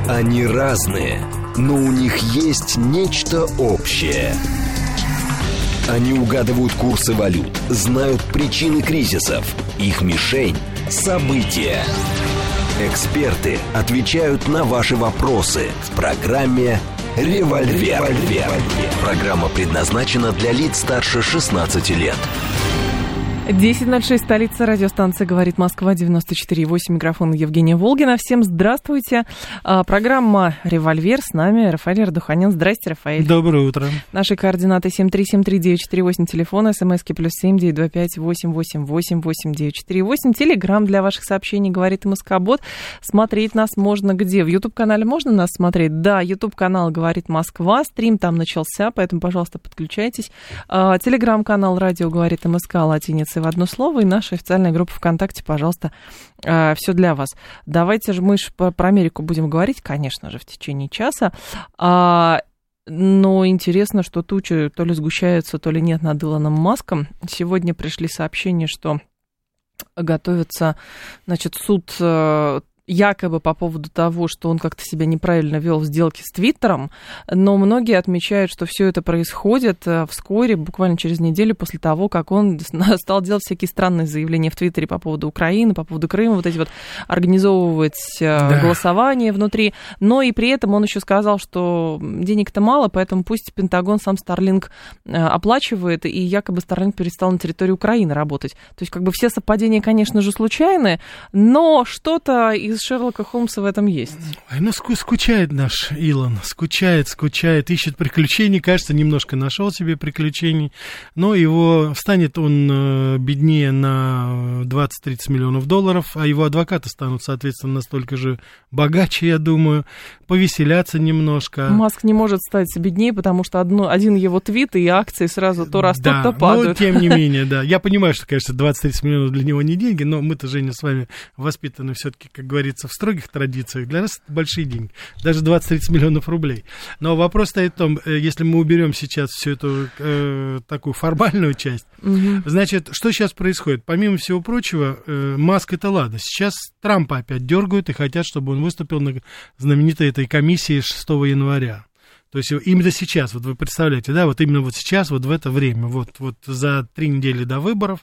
Они разные, но у них есть нечто общее. Они угадывают курсы валют, знают причины кризисов. Их мишень – события. Эксперты отвечают на ваши вопросы в программе «Револьвер». Программа предназначена для лиц старше 16 лет. 10:06, столица, радиостанция «Говорит Москва», 94,8, микрофон Евгения Волгина. Всем здравствуйте. Программа «Револьвер», с нами Рафаэль Ардуханян. Здрасте, Рафаэль. Доброе утро. Наши координаты 7373948, телефон, смски +7 925 888 8948. Телеграм для ваших сообщений «Говорит МСК-бот». Смотреть нас можно где? В YouTube-канале можно нас смотреть? Да, YouTube-канал «Говорит Москва», стрим там начался, поэтому, пожалуйста, подключайтесь. Телеграм-канал «Радио говорит МСК», латиница в одно слово, и наша официальная группа ВКонтакте, пожалуйста, все для вас. Давайте же мы про Америку будем говорить, конечно же, в течение часа. Но интересно, что тучи то ли сгущаются, то ли нет над Илоном Маском. Сегодня пришли сообщения, что готовится, значит, суд якобы по поводу того, что он как-то себя неправильно вел в сделке с Твиттером, но многие отмечают, что все это происходит вскоре, буквально через неделю после того, как он стал делать всякие странные заявления в Твиттере по поводу Украины, по поводу Крыма, вот эти вот организовывать голосование внутри, но и при этом он еще сказал, что денег-то мало, поэтому пусть Пентагон сам Starlink оплачивает, и якобы Starlink перестал на территории Украины работать. То есть как бы все совпадения, конечно же, случайны, но что-то из Шерлока Холмса в этом есть. Ну, скучает наш Илон, скучает, ищет приключений, кажется, немножко нашел себе приключений, но станет он беднее на 20-30 миллионов долларов, а его адвокаты станут, соответственно, настолько же богаче, я думаю, повеселятся немножко. Маск не может стать беднее, потому что один его твит и акции сразу то растут, то падают. Но тем не менее, да. Я понимаю, что, конечно, 20-30 миллионов для него не деньги, но мы-то, Женя, с вами воспитаны все-таки, как говорится, в строгих традициях. Для нас это большие деньги. Даже 20-30 миллионов рублей. Но вопрос стоит в том, если мы уберем сейчас всю эту такую формальную часть, значит, что сейчас происходит? Помимо всего прочего, Маск это ладно. Сейчас Трампа опять дергают и хотят, чтобы он выступил на знаменитой этой комиссии 6 января. То есть именно сейчас, вот вы представляете, да, вот именно вот сейчас, вот в это время, вот за 3 недели до выборов,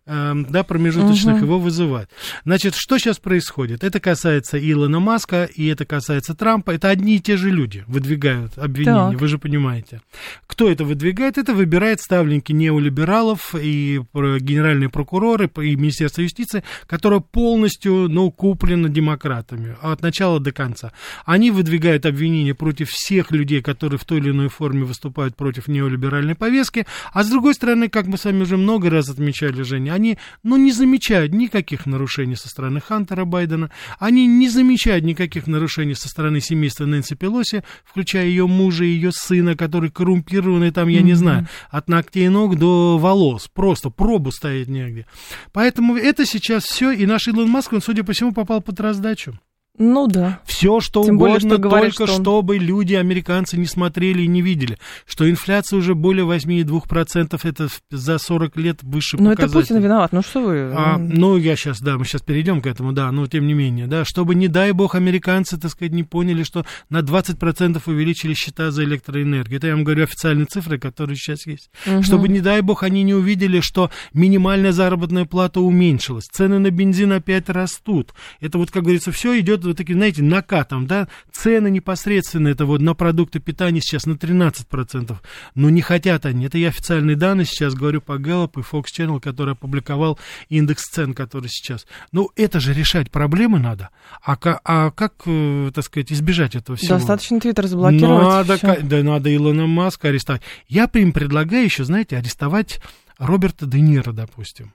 да, промежуточных его вызывать. Значит, что сейчас происходит? Это касается Илона Маска, и это касается Трампа. Это одни и те же люди выдвигают обвинения, вы же понимаете. Кто это выдвигает? Это выбирает ставленники неолибералов и генеральные прокуроры, и Министерство юстиции, которое полностью, куплено демократами от начала до конца. Они выдвигают обвинения против всех людей, которые в той или иной форме выступают против неолиберальной повестки, а с другой стороны, как мы с вами уже много раз отмечали, Женя, они, не замечают никаких нарушений со стороны Хантера Байдена, они не замечают никаких нарушений со стороны семейства Нэнси Пелоси, включая ее мужа и ее сына, который коррумпированный там, я не знаю, от ногтей ног до волос, просто пробу ставить негде. Поэтому это сейчас все, и наш Илон Маск, он, судя по всему, попал под раздачу. Ну да. Все, что тем угодно, более, что говорят, только чтобы люди, американцы, не смотрели и не видели, что инфляция уже более 8,2%, это за 40 лет выше показатель. Но это Путин виноват, что вы... мы сейчас перейдем к этому, да, но тем не менее, да, чтобы, не дай бог, американцы, так сказать, не поняли, что на 20% увеличили счета за электроэнергию. Это я вам говорю официальные цифры, которые сейчас есть. Чтобы, не дай бог, они не увидели, что минимальная заработная плата уменьшилась, цены на бензин опять растут. Это вот, как говорится, все идет вот таким, знаете, накатом, да, цены непосредственно, это вот на продукты питания сейчас на 13%, но не хотят они, это я официальные данные сейчас говорю по Gallup и Fox Channel, который опубликовал индекс цен, который сейчас, это же решать проблемы надо, а как, так сказать, избежать этого всего? Достаточно Твиттер заблокировать. Надо Илона Маска арестовать. Я им предлагаю еще, знаете, арестовать Роберта Де Ниро, допустим.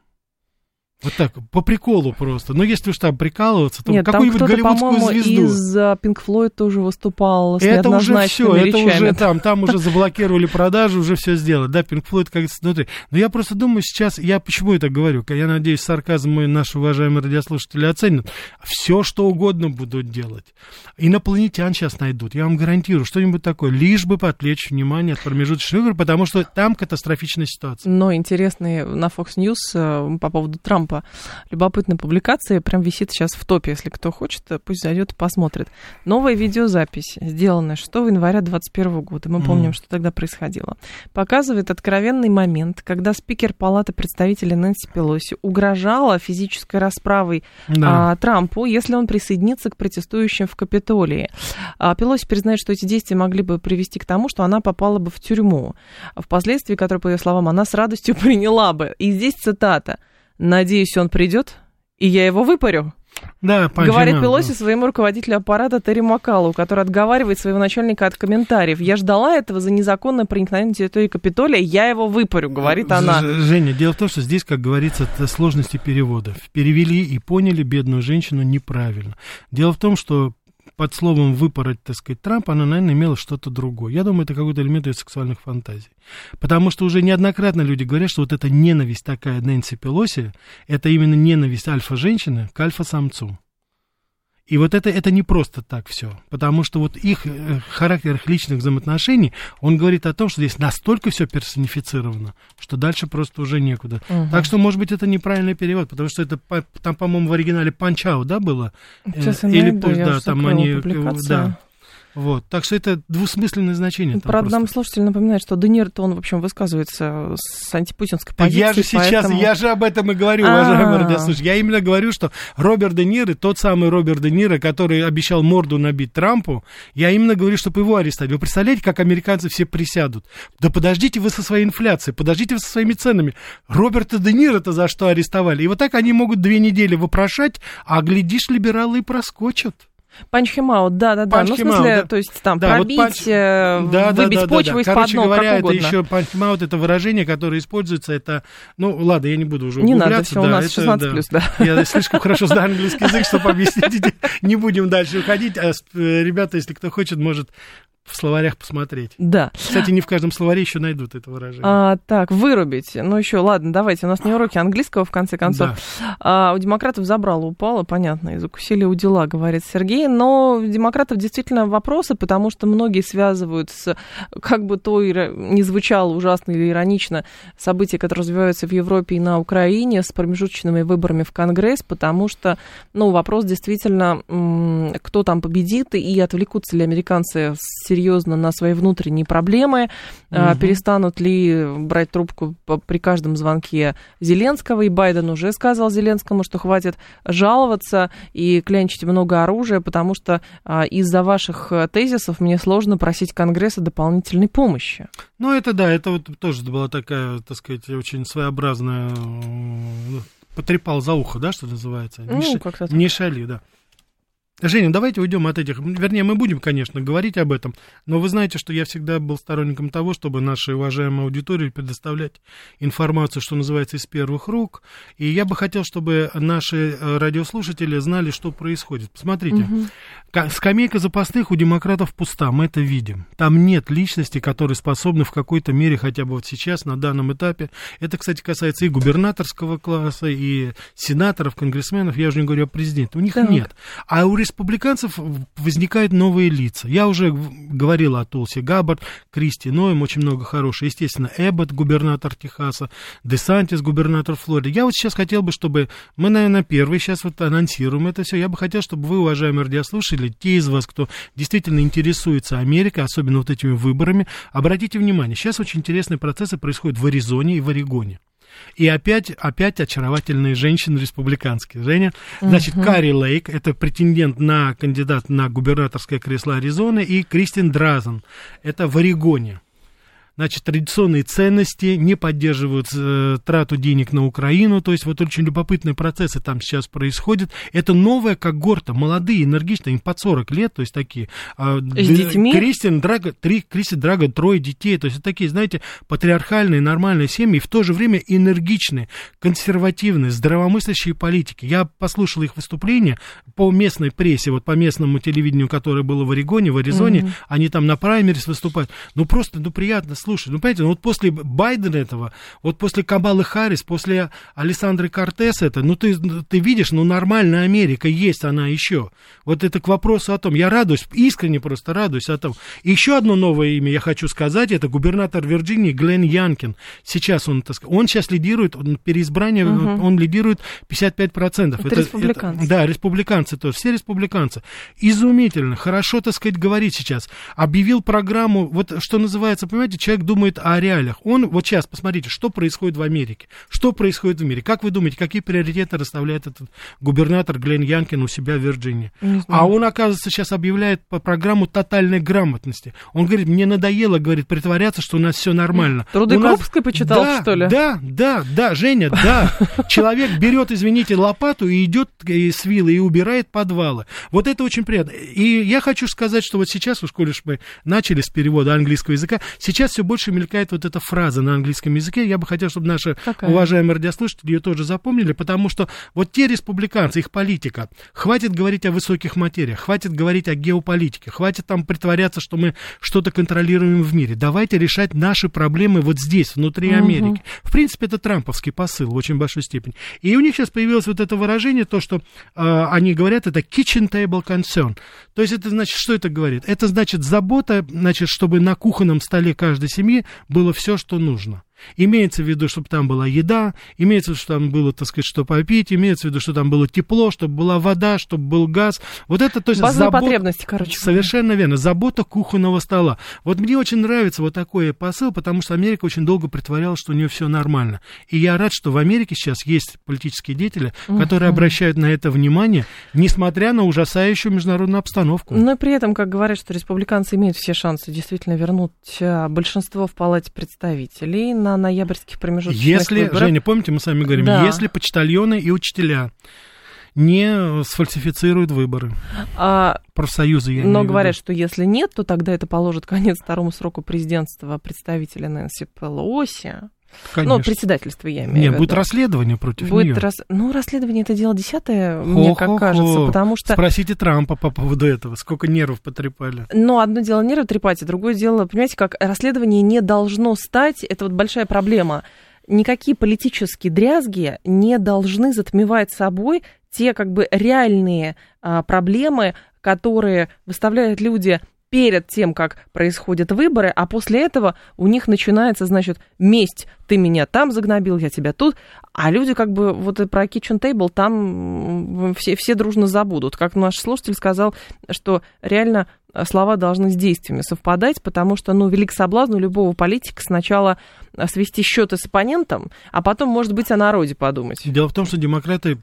Вот так, по приколу просто. Но если уж там прикалываться, то какую-нибудь голливудскую звезду. Из Pink Floyd тоже выступал с это неоднозначными уже все, речами. Это уже там уже заблокировали продажи, уже все сделали. Да, Pink Floyd как-то внутри. Но я просто думаю сейчас, почему я так говорю, я надеюсь, сарказм мой наши уважаемые радиослушатели оценят. Все, что угодно будут делать. Инопланетян сейчас найдут, я вам гарантирую, что-нибудь такое, лишь бы отвлечь внимание от промежуточных выборов, потому что там катастрофичная ситуация. Но интересный на Fox News по поводу Трампа Трампа. Любопытная публикация, прям висит сейчас в топе. Если кто хочет, пусть зайдет и посмотрит. Новая видеозапись, сделанная 6 января 2021 года. Мы помним, что тогда происходило. Показывает откровенный момент, когда спикер Палаты представителей Нэнси Пелоси угрожала физической расправой Трампу, если он присоединится к протестующим в Капитолии. Пелоси признает, что эти действия могли бы привести к тому, что она попала бы в тюрьму. Впоследствии, которую, по ее словам, она с радостью приняла бы. И здесь цитата. «Надеюсь, он придет, и я его выпарю». Да, говорит Пелоси своему руководителю аппарата Терри Маккаллу, который отговаривает своего начальника от комментариев. «Я ждала этого за незаконное проникновение на территорию Капитолия, я его выпарю», говорит она. Женя, дело в том, что здесь, как говорится, это сложности переводов. Перевели и поняли бедную женщину неправильно. Дело в том, что под словом «выпороть», так сказать, Трампа, она, наверное, имела что-то другое. Я думаю, это какой-то элемент ее сексуальных фантазий. Потому что уже неоднократно люди говорят, что вот эта ненависть такая Нэнси Пелоси, это именно ненависть альфа-женщины к альфа-самцу. И вот это не просто так все, потому что вот их характер их личных взаимоотношений, он говорит о том, что здесь настолько все персонифицировано, что дальше просто уже некуда. Так что, может быть, это неправильный перевод, потому что это там, по-моему, в оригинале «панч-аут», да, было? Сейчас я найду, я там они, да. Вот, так что это двусмысленное значение. Правда, нам слушатель напоминает, что Де Ниро-то он, в общем, высказывается с антипутинской позиции. Я же об этом и говорю, уважаемые радиослушатели. Я именно говорю, что Роберт Де Ниро, тот самый Роберт Де Ниро, который обещал морду набить Трампу, я именно говорю, чтобы его арестовали. Вы представляете, как американцы все присядут? Да подождите вы со своей инфляцией, подождите вы со своими ценами. Роберта Де Ниро-то за что арестовали? И вот так они могут 2 недели вопрошать, а глядишь, либералы и проскочат. Панч-хим-аут, да. Ну, в смысле, то есть там пробить, выбить почву из-под ног, говоря, как угодно. Это еще панч-хим-аут, это выражение, которое используется, это, ну, ладно, я не буду уже углубляться. Не надо, все, у нас 16+, да. Я слишком хорошо знаю английский язык, чтобы объяснить, не будем дальше уходить, а ребята, если кто хочет, может в словарях посмотреть. Да. Кстати, не в каждом словаре еще найдут это выражение. Так, вырубить. Ну, еще, ладно, давайте. У нас не уроки английского, в конце концов. Да. У демократов забрало, упало, понятно, и закусили у дела, говорит Сергей. Но у демократов действительно вопросы, потому что многие связывают с, как бы то не звучало ужасно или иронично, события, которые развиваются в Европе и на Украине, с промежуточными выборами в Конгресс, потому что, ну, вопрос действительно, кто там победит, и отвлекутся ли американцы серьезно на свои внутренние проблемы, перестанут ли брать трубку при каждом звонке Зеленского, и Байден уже сказал Зеленскому, что хватит жаловаться и клянчить много оружия, потому что из-за ваших тезисов мне сложно просить Конгресса дополнительной помощи. Ну, это да, это вот тоже была такая, так сказать, очень своеобразная, потрепал за ухо, да, что называется? Не шали, да. Женя, давайте уйдем от этих, вернее, мы будем, конечно, говорить об этом, но вы знаете, что я всегда был сторонником того, чтобы нашей уважаемой аудитории предоставлять информацию, что называется, из первых рук, и я бы хотел, чтобы наши радиослушатели знали, что происходит. Посмотрите, скамейка запасных у демократов пуста, мы это видим. Там нет личности, которые способны в какой-то мере, хотя бы вот сейчас, на данном этапе, это, кстати, касается и губернаторского класса, и сенаторов, конгрессменов, я уже не говорю о президенте, у них нет. А у республиканцев возникают новые лица. Я уже говорил о Толси Габбард, Кристи Ноэм, очень много хороших. Естественно, Эббот, губернатор Техаса, Десантис, губернатор Флориды. Я вот сейчас хотел бы, чтобы мы, наверное, первые сейчас вот анонсируем это все. Я бы хотел, чтобы вы, уважаемые радиослушатели, те из вас, кто действительно интересуется Америкой, особенно вот этими выборами, обратите внимание, сейчас очень интересные процессы происходят в Аризоне и в Орегоне. И опять очаровательные женщины республиканские. Женя, значит, Карри Лейк, это претендент на кандидат на губернаторское кресло Аризоны, и Кристин Дразен, это в Орегоне. Значит, традиционные ценности не поддерживают трату денег на Украину, то есть вот очень любопытные процессы там сейчас происходят. Это новая когорта, молодые, энергичные, им под 40 лет, то есть такие. С детьми? Кристин Драга, 3 детей, то есть это такие, знаете, патриархальные, нормальные семьи, и в то же время энергичные, консервативные, здравомыслящие политики. Я послушал их выступления по местной прессе, вот по местному телевидению, которое было в Орегоне, в Аризоне, они там на праймерис выступают. Ну, просто, приятно слушать. слушать. Ну, понимаете, вот после Байдена этого, вот после Камалы Харрис, после Александры Кортес это, ну, ты видишь, ну, нормальная Америка есть она еще. Вот это к вопросу о том, я радуюсь, искренне просто радуюсь о том. И еще одно новое имя я хочу сказать, это губернатор Вирджинии Глен Янкин. Сейчас он сейчас лидирует, переизбрание, он лидирует 55%. Это республиканцы. Да, республиканцы тоже, все республиканцы. Изумительно, хорошо, так сказать, говорить сейчас. Объявил программу, вот что называется, понимаете, человек думает о реалиях. Он, вот сейчас, посмотрите, что происходит в Америке, что происходит в мире. Как вы думаете, какие приоритеты расставляет этот губернатор Глен Янкин у себя в Вирджинии? А он, оказывается, сейчас объявляет по программу тотальной грамотности. Он говорит, мне надоело, говорит, притворяться, что у нас все нормально. Труды Крупской почитал, да, что ли? Да, Женя, да. Человек берет, извините, лопату и идет с вилы и убирает подвалы. Вот это очень приятно. И я хочу сказать, что вот сейчас, уж коли мы начали с перевода английского языка, сейчас все больше мелькает вот эта фраза на английском языке. Я бы хотел, чтобы наши уважаемые радиослушатели ее тоже запомнили, потому что вот те республиканцы, их политика, хватит говорить о высоких материях, хватит говорить о геополитике, хватит там притворяться, что мы что-то контролируем в мире. Давайте решать наши проблемы вот здесь, внутри Америки. В принципе, это трамповский посыл в очень большой степени. И у них сейчас появилось вот это выражение, то, что они говорят, это kitchen table concern. То есть это значит, что это говорит? Это значит забота, значит, чтобы на кухонном столе каждой семьи было все, что нужно. Имеется в виду, чтобы там была еда, имеется в виду, что там было, так сказать, что попить, имеется в виду, что там было тепло, чтобы была вода, чтобы был газ. Вот это, то есть, базовые потребности, короче. Совершенно верно. Забота кухонного стола. Вот мне очень нравится вот такой посыл, потому что Америка очень долго притворялась, что у нее все нормально. И я рад, что в Америке сейчас есть политические деятели, которые обращают на это внимание, несмотря на ужасающую международную обстановку. Но при этом, как говорят, что республиканцы имеют все шансы действительно вернуть большинство в Палате представителей на ноябрьских промежуточных выборах. Женя, помните, мы с вами говорим, если почтальоны и учителя не сфальсифицируют выборы. Профсоюзы, я имею в виду. Но говорят, что если нет, то тогда это положит конец второму сроку президентства представителя Нэнси Пелоси. Конечно. Ну, председательство, я имею в виду. Нет, будет расследование против нее. Ну, расследование — это дело десятое, мне как кажется, потому что... Спросите Трампа по поводу этого, сколько нервов потрепали. Но одно дело нервы трепать, а другое дело, понимаете, как расследование не должно стать, это вот большая проблема. Никакие политические дрязги не должны затмевать собой те как бы реальные проблемы, которые выставляют люди перед тем, как происходят выборы, а после этого у них начинается, значит, месть. Ты меня там загнобил, я тебя тут. А люди как бы вот про kitchen table там все дружно забудут. Как наш слушатель сказал, что реально слова должны с действиями совпадать, потому что, ну, велик соблазн у любого политика сначала свести счеты с оппонентом, а потом, может быть, о народе подумать. Дело в том, что демократы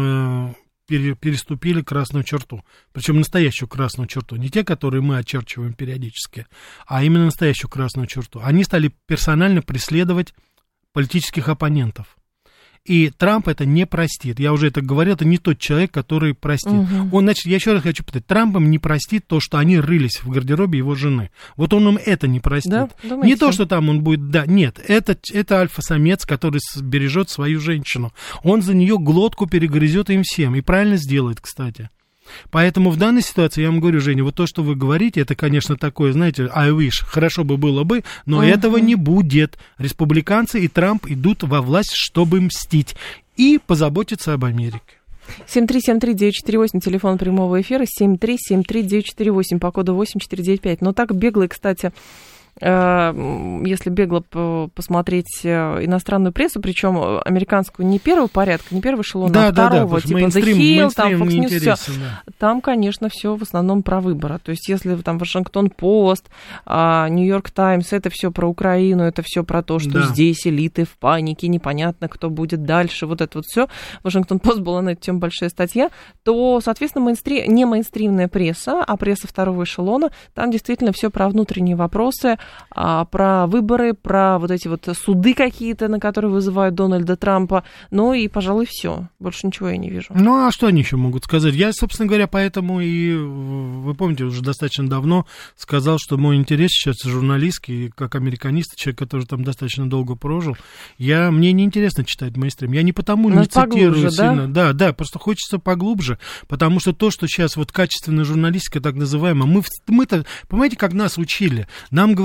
переступили красную черту. Причем настоящую красную черту. Не те, которые мы очерчиваем периодически, а именно настоящую красную черту. Они стали персонально преследовать политических оппонентов. И Трамп это не простит. Я уже это говорил, это не тот человек, который простит. Он, значит, я еще раз хочу повторить, Трамп им не простит то, что они рылись в гардеробе его жены. Вот он им это не простит. Да? Не то, что там он будет, да, нет, это альфа-самец, который бережет свою женщину. Он за нее глотку перегрызет им всем. И правильно сделает, кстати. Поэтому в данной ситуации, я вам говорю, Женя, вот то, что вы говорите, это, конечно, такое, знаете, I wish, хорошо бы было бы, но этого не будет. Республиканцы и Трамп идут во власть, чтобы мстить и позаботиться об Америке. 7373948, телефон прямого эфира, 7373948, по коду 8495. Но так бегло, кстати, если бегло посмотреть иностранную прессу, причем американскую не первого порядка, не первого эшелона, а второго, типа The Hill, там Fox News, все. Там, конечно, все в основном про выборы. То есть, если там Вашингтон-Пост, Нью-Йорк Таймс, это все про Украину, это все про то, что здесь элиты в панике, непонятно, кто будет дальше, вот это вот все. Вашингтон-Пост была на эту тему большая статья, то, соответственно, не мейнстримная пресса, а пресса второго эшелона, там действительно все про внутренние вопросы, про выборы, про вот эти вот суды какие-то, на которые вызывают Дональда Трампа. Ну и, пожалуй, все. Больше ничего я не вижу. Ну, а что они еще могут сказать? Я, собственно говоря, поэтому и, вы помните, уже достаточно давно сказал, что мой интерес сейчас журналистский, как американист, человек, который там достаточно долго прожил, мне не интересно читать мейнстрим. Я не потому не цитирую сильно. Да, просто хочется поглубже, потому что то, что сейчас вот качественная журналистика, так называемая, мы-то, понимаете, как нас учили? Нам говорили,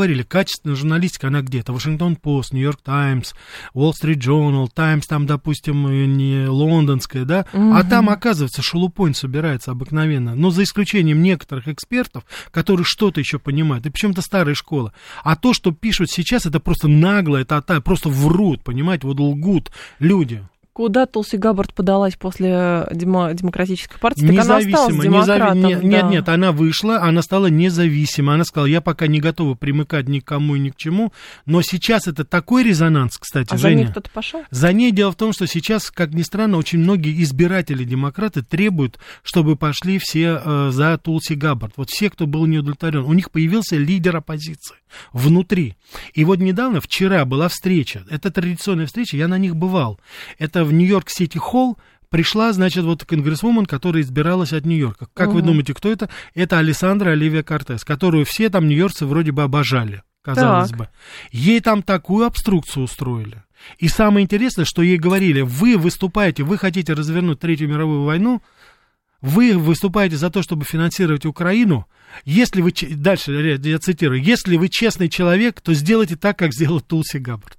говорили, качественная журналистика, она где-то? Вашингтон-Пост, Нью-Йорк Таймс, Уолл-стрит Джорнал, Таймс, там, допустим, не лондонская, да? А там, оказывается, шелупонь собирается обыкновенно. Но за исключением некоторых экспертов, которые что-то еще понимают, и почему-то старая школа. А то, что пишут сейчас, это просто нагло, это просто врут, понимаете, вот лгут люди. Куда Тулси Габбард подалась после Демократической партии? Так она осталась демократом. Нет, она вышла, она стала независимой. Она сказала, я пока не готова примыкать ни к кому и ни к чему. Но сейчас это такой резонанс, кстати, Женя. За ней кто-то пошел? За ней дело в том, что сейчас, как ни странно, очень многие избиратели-демократы требуют, чтобы пошли все за Тулси Габбард. Вот все, кто был не удовлетворен. У них появился лидер оппозиции внутри. И вот недавно, вчера была встреча. Это традиционная встреча, я на них бывал. Это в Нью-Йорк-Сити-Холл пришла, значит, вот конгрессвумен, которая избиралась от Нью-Йорка. Как вы думаете, кто это? Это Алессандра Оливия Кортес, которую все там нью-йоркцы вроде бы обожали, казалось бы. Ей там такую обструкцию устроили. И самое интересное, что ей говорили, вы выступаете, вы хотите развернуть Третью мировую войну, вы выступаете за то, чтобы финансировать Украину. Если вы, дальше я цитирую, если вы честный человек, то сделайте так, как сделала Тулси Габбард.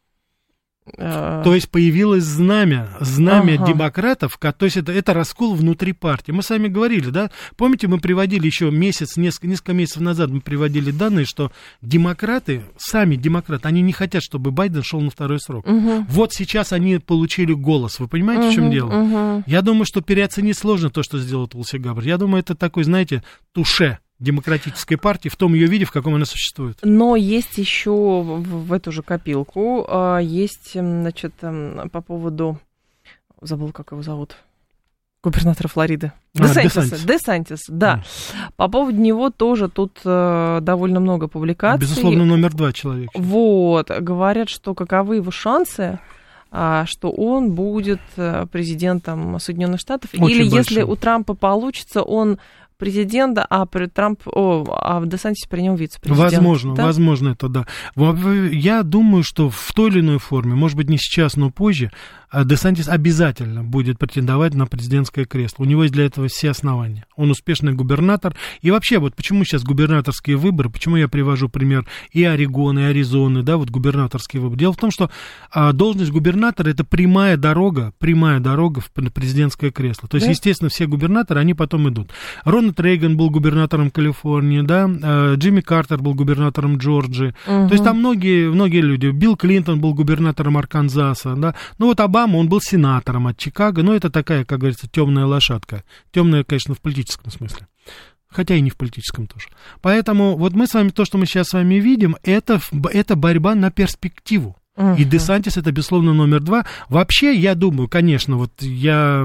То есть появилось знамя демократов, то есть это раскол внутри партии. Мы с вами говорили, да? Помните, мы приводили еще несколько месяцев назад мы приводили данные, что демократы, сами демократы, они не хотят, чтобы Байден шел на второй срок. Вот сейчас они получили голос. Вы понимаете, в чем дело? Я думаю, что переоценить сложно то, что сделал Тулси Габбард. Я думаю, это такой, знаете, туше Демократической партии в том ее виде, в каком она существует. Но есть еще в эту же копилку, есть, значит, по поводу, забыл, как его зовут, губернатора Флориды. Десантис, да. По поводу него тоже тут довольно много публикаций. Безусловно, номер 2 человек. Вот, говорят, что каковы его шансы, что он будет президентом Соединенных Штатов. Очень или большой. Если у Трампа получится, он президент, а в Десантисе при нем вице-президент. Возможно, это да. Я думаю, что в той или иной форме, может быть, не сейчас, но позже, Десантис обязательно будет претендовать на президентское кресло. У него есть для этого все основания. Он успешный губернатор. И вообще, вот почему сейчас губернаторские выборы, почему я привожу пример и Орегона, и Аризоны, да, вот губернаторские выборы. Дело в том, что должность губернатора — это прямая дорога в президентское кресло. То есть, естественно, все губернаторы, они потом идут. Рональд Рейган был губернатором Калифорнии, да, Джимми Картер был губернатором Джорджии. То есть там многие люди. Билл Клинтон был губернатором Арканзаса, да. Ну вот Обама, он был сенатором от Чикаго, но это такая, как говорится, темная лошадка. Темная, конечно, в политическом смысле. Хотя и не в политическом тоже. Поэтому вот мы с вами, то, что мы сейчас с вами видим, это борьба на перспективу. И Десантис это, безусловно, номер 2. Вообще, я думаю, конечно, вот я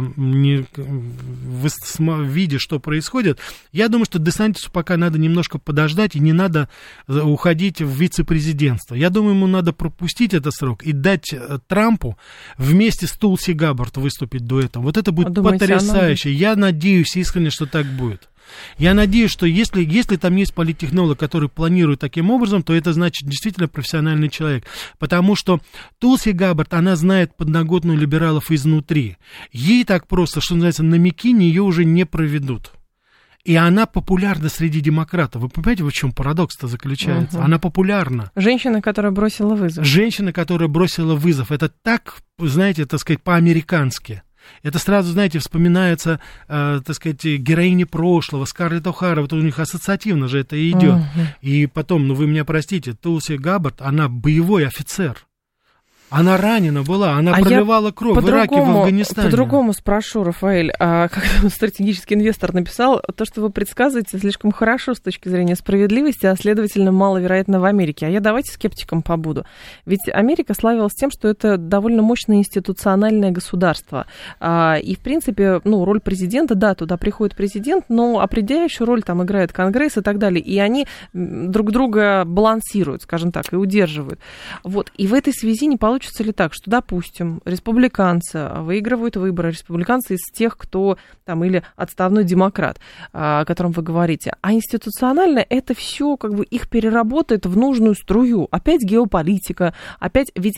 видя, что происходит, я думаю, что Десантису пока надо немножко подождать, и не надо уходить в вице-президентство. Я думаю, ему надо пропустить этот срок и дать Трампу вместе с Тулси Габбард выступить дуэтом. Вот это будет потрясающе. Я надеюсь искренне, что так будет. Я надеюсь, что если там есть политтехнолог, который планирует таким образом, то это значит действительно профессиональный человек. Потому что Тулси Габбард, она знает подноготную либералов изнутри. Ей так просто, что называется, на Микине ее уже не проведут. И она популярна среди демократов. Вы понимаете, в чем парадокс-то заключается? Она популярна. Женщина, которая бросила вызов. Это так, знаете, так сказать, по-американски. Это сразу, знаете, вспоминается, так сказать, героини прошлого, Скарлетт О'Хара, вот у них ассоциативно же это идет. И потом, вы меня простите, Тулси Габбард, она боевой офицер. Она ранена была, она проливала кровь в Ираке, в Афганистане. По-другому спрошу, Рафаэль, как стратегический инвестор написал, то, что вы предсказываете, слишком хорошо с точки зрения справедливости, а следовательно, маловероятно в Америке. А я давайте скептиком побуду. Ведь Америка славилась тем, что это довольно мощное институциональное государство. И, в принципе, роль президента, да, туда приходит президент, но определяющую роль там играет Конгресс и так далее. И они друг друга балансируют, скажем так, и удерживают. Вот. И в этой связи не получится ли так, что, допустим, республиканцы выигрывают выборы, республиканцы из тех, кто там или отставной демократ, о котором вы говорите, а институционально это все как бы их переработает в нужную струю. Опять геополитика, опять ведь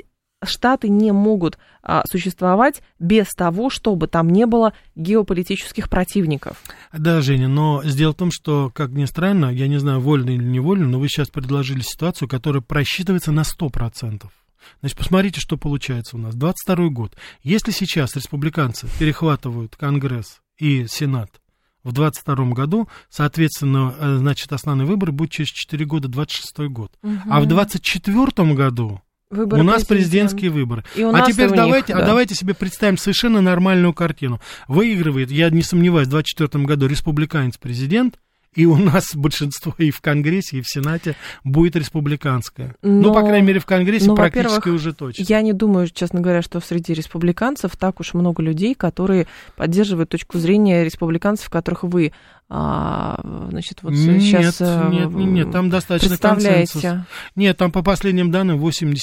Штаты не могут существовать без того, чтобы там не было геополитических противников. Да, Женя, но дело в том, что, как ни странно, я не знаю, вольно или невольно, но вы сейчас предложили ситуацию, которая просчитывается на 100%. Значит, посмотрите, что получается у нас. 22 год. Если сейчас республиканцы перехватывают Конгресс и Сенат в 22 году, соответственно, значит, основные выборы будут через 4 года, 26 год. А в 24 году у нас президентские выборы. А теперь давайте себе представим совершенно нормальную картину. Выигрывает, я не сомневаюсь, в 24 году республиканец-президент, и у нас большинство и в Конгрессе, и в Сенате будет республиканское. Ну, по крайней мере, в Конгрессе практически уже точно. Я не думаю, честно говоря, что среди республиканцев так уж много людей, которые поддерживают точку зрения республиканцев, которых вы, значит, вот сейчас Нет, там достаточно консенсус. Нет, там по последним данным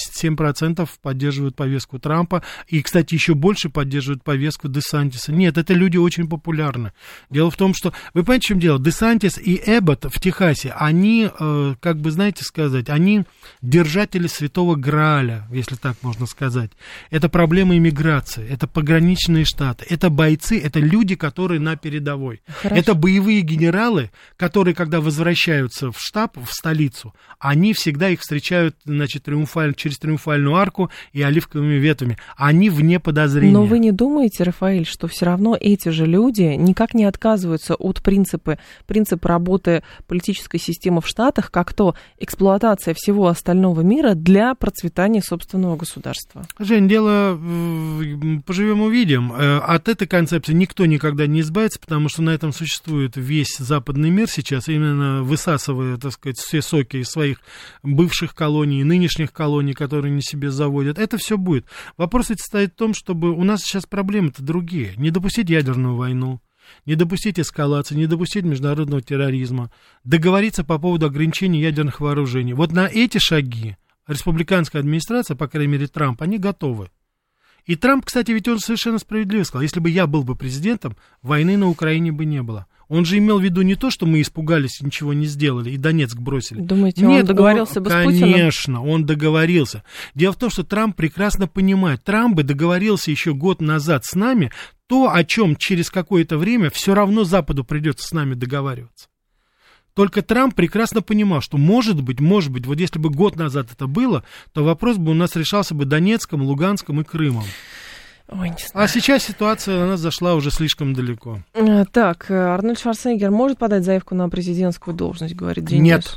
87% поддерживают повестку Трампа, и, кстати, еще больше поддерживают повестку Десантиса. Нет, это люди очень популярны. Дело в том, что, вы понимаете, в чем дело? Десантис и Эббот в Техасе, они, как бы, знаете сказать, они держатели святого Грааля, если так можно сказать. Это проблема иммиграции, это пограничные штаты, это бойцы, это люди, которые на передовой. Хорошо. Это боевые генералы, которые, когда возвращаются в штаб, в столицу, они всегда их встречают, значит, через триумфальную арку и оливковыми ветвями. Они вне подозрения. Но вы не думаете, Рафаэль, что все равно эти же люди никак не отказываются от принципа работы политической системы в Штатах, как то эксплуатация всего остального мира для процветания собственного государства? Жень, дело поживем увидим. От этой концепции никто никогда не избавится, потому что на этом существует весь западный мир сейчас, именно высасывая, так сказать, все соки из своих бывших колоний, нынешних колоний, которые они себе заводят. Это все будет. Вопрос ведь стоит в том, чтобы у нас сейчас проблемы-то другие. Не допустить ядерную войну, не допустить эскалации, не допустить международного терроризма, договориться по поводу ограничения ядерных вооружений. Вот на эти шаги республиканская администрация, по крайней мере Трамп, они готовы. И Трамп, кстати, ведь он совершенно справедливо сказал, если бы я был бы президентом, войны на Украине бы не было. Он же имел в виду не то, что мы испугались и ничего не сделали, и Донецк бросили. Думаете, нет, он договорился бы с Путиным? Конечно, он договорился. Дело в том, что Трамп прекрасно понимает, Трамп бы договорился еще год назад с нами, то, о чем через какое-то время все равно Западу придется с нами договариваться. Только Трамп прекрасно понимал, что может быть, вот если бы год назад это было, то вопрос бы у нас решался бы Донецком, Луганском и Крымом. Ой, не знаю. А сейчас ситуация у нас зашла уже слишком далеко. Так, Арнольд Шварценеггер может подать заявку на президентскую должность, говорит Денис? Нет.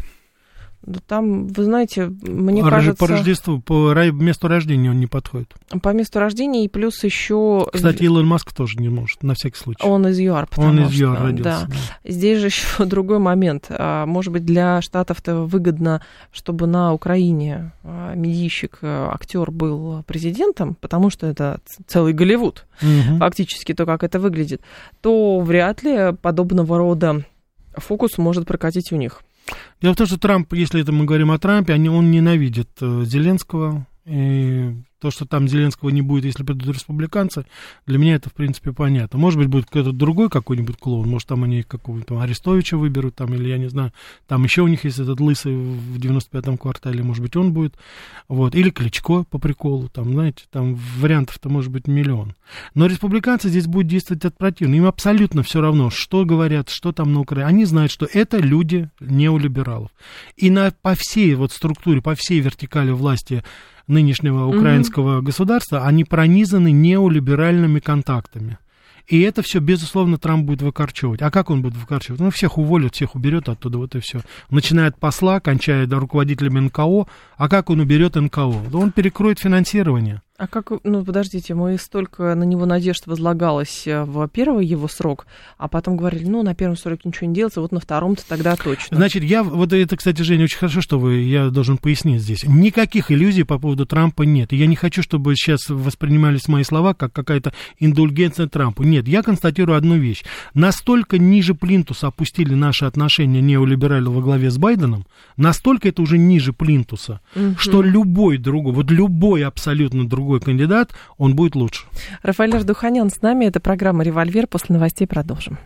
Да там, вы знаете, мне кажется... По Рождеству, по месту рождения он не подходит. По месту рождения и плюс еще... Кстати, Илон Маск тоже не может, на всякий случай. Он из ЮАР, Он из ЮАР родился. Да. Здесь же еще другой момент. Может быть, для Штатов-то выгодно, чтобы на Украине медийщик, актер был президентом, потому что это целый Голливуд, фактически то, как это выглядит, то вряд ли подобного рода фокус может прокатить у них. Дело в том, что Трамп, если это мы говорим о Трампе, он ненавидит Зеленского, и то, что там Зеленского не будет, если придут республиканцы, для меня это, в принципе, понятно. Может быть, будет кто-то другой какой-нибудь клоун, может, там они какого-то Арестовича выберут, там, или, я не знаю, там еще у них есть этот лысый в 95-м квартале, может быть, он будет, вот, или Кличко по приколу, там, знаете, там вариантов-то может быть миллион. Но республиканцы здесь будут действовать от противного, им абсолютно все равно, что говорят, что там на Украине, они знают, что это люди неолибералов. И по всей вот структуре, по всей вертикали власти нынешнего украинского государства, они пронизаны неолиберальными контактами. И это все, безусловно, Трамп будет выкорчевывать. А как он будет выкорчевывать? Ну, всех уволит, всех уберет оттуда, вот и все. Начиная от посла, кончая руководителем НКО. А как он уберет НКО? Да он перекроет финансирование. А как, ну, подождите, мы столько на него надежд возлагалось в первый его срок, а потом говорили, ну, на первом сроке ничего не делается, вот на втором-то тогда точно. Значит, вот это, кстати, Женя, очень хорошо, что я должен пояснить здесь. Никаких иллюзий по поводу Трампа нет. И я не хочу, чтобы сейчас воспринимались мои слова как какая-то индульгенция Трампу. Нет, я констатирую одну вещь. Настолько ниже плинтуса опустили наши отношения неолибералов во главе с Байденом, настолько это уже ниже плинтуса, что любой другой, вот любой абсолютно другой кандидат, он будет лучше. Рафаэль Ардуханян с нами. Это программа «Револьвер». После новостей продолжим.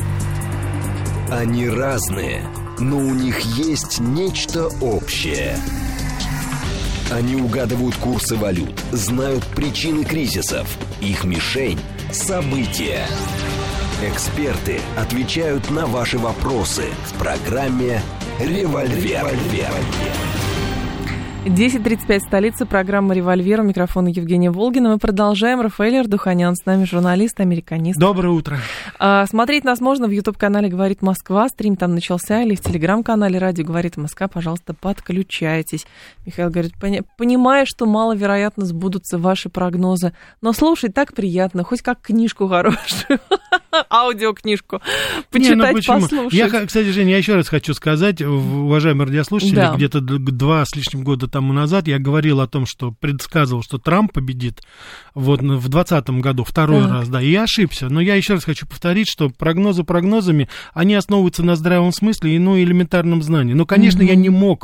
Они разные, но у них есть нечто общее. Они угадывают курсы валют, знают причины кризисов. Их мишень – события. Эксперты отвечают на ваши вопросы в программе «Револьвер». 10:35, столица, программа «Револьвер», у микрофона Евгения Волгина. Мы продолжаем. Рафаэль Ардуханян с нами, журналист, американист. Доброе утро. Смотреть нас можно в YouTube-канале «Говорит Москва». Стрим там начался, или в Телеграм-канале «Радио Говорит Москва». Пожалуйста, подключайтесь. Михаил говорит, понимая, что маловероятно сбудутся ваши прогнозы, но слушать так приятно, хоть как книжку хорошую, аудиокнижку, почитать, послушать. Я, кстати, Женя, я еще раз хочу сказать, уважаемые радиослушатели, где-то 2 с лишним года тому назад я говорил о том, что предсказывал, что Трамп победит вот в 2020 году второй раз, да, и я ошибся. Но я еще раз хочу повторить, что прогнозы прогнозами, они основываются на здравом смысле и, элементарном знании. Но, конечно, я не мог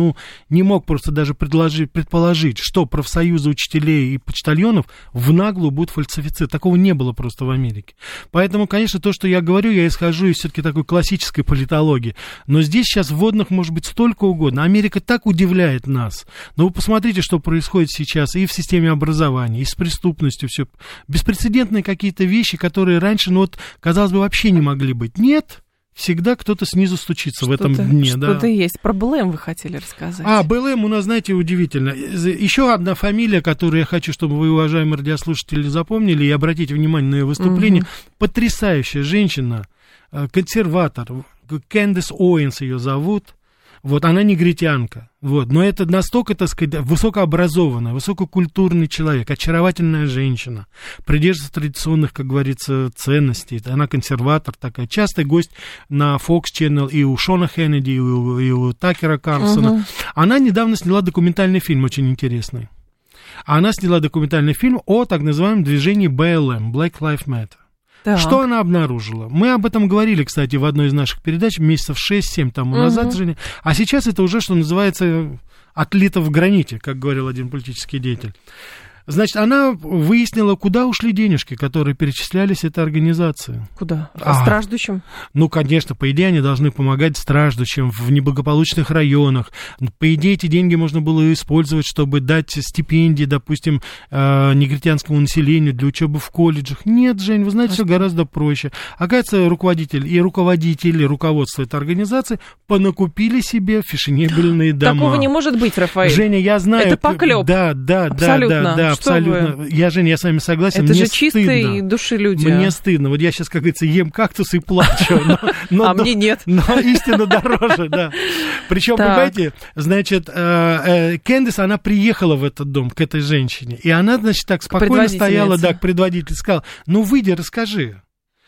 просто даже предположить, что профсоюзы учителей и почтальонов в наглую будут фальсифицировать. Такого не было просто в Америке. Поэтому, конечно, то, что я говорю, я исхожу из все-таки такой классической политологии. Но здесь сейчас вводных может быть столько угодно. Америка так удивляет нас. Но вы посмотрите, что происходит сейчас и в системе образования, и с преступностью, все. Беспрецедентные какие-то вещи, которые раньше, казалось бы, вообще не могли быть. Нет, всегда кто-то снизу стучится в этом дне. Что-то есть. Про БЛМ вы хотели рассказать. БЛМ у нас, знаете, удивительно. Еще одна фамилия, которую я хочу, чтобы вы, уважаемые радиослушатели, запомнили и обратите внимание на ее выступление. Потрясающая женщина, консерватор, Кэндис Оуэнс ее зовут. Она негритянка, но это настолько, так сказать, высокообразованный, высококультурный человек, очаровательная женщина, придерживается традиционных, как говорится, ценностей. Она консерватор такая, частый гость на Fox Channel и у Шона Хеннеди, и у Такера Карлсона. Она недавно сняла документальный фильм очень интересный. Она сняла документальный фильм о так называемом движении BLM, Black Lives Matter. Да. Что она обнаружила? Мы об этом говорили, кстати, в одной из наших передач месяцев 6-7 тому назад, Женя. А сейчас это уже, что называется, отлито в граните, как говорил один политический деятель. Значит, она выяснила, куда ушли денежки, которые перечислялись этой организации. Куда? Страждущим? Конечно, по идее, они должны помогать страждущим в неблагополучных районах. По идее, эти деньги можно было использовать, чтобы дать стипендии, допустим, негритянскому населению для учебы в колледжах. Нет, Жень, вы знаете, все гораздо проще. Оказывается, руководители, руководство этой организации понакупили себе фешенебельные дома. Такого не может быть, Рафаэль. Женя, я знаю. Это поклеп. Да. Абсолютно. Абсолютно. Я, Женя, я с вами согласен. Это мне же чистые души люди. Мне стыдно. Вот я сейчас, как говорится, ем кактус и плачу. Мне нет. Но истина дороже, да. Причем, понимаете, значит, Кэндис, она приехала в этот дом к этой женщине. И она, значит, так спокойно стояла, к предводителю, сказала, выйди, расскажи.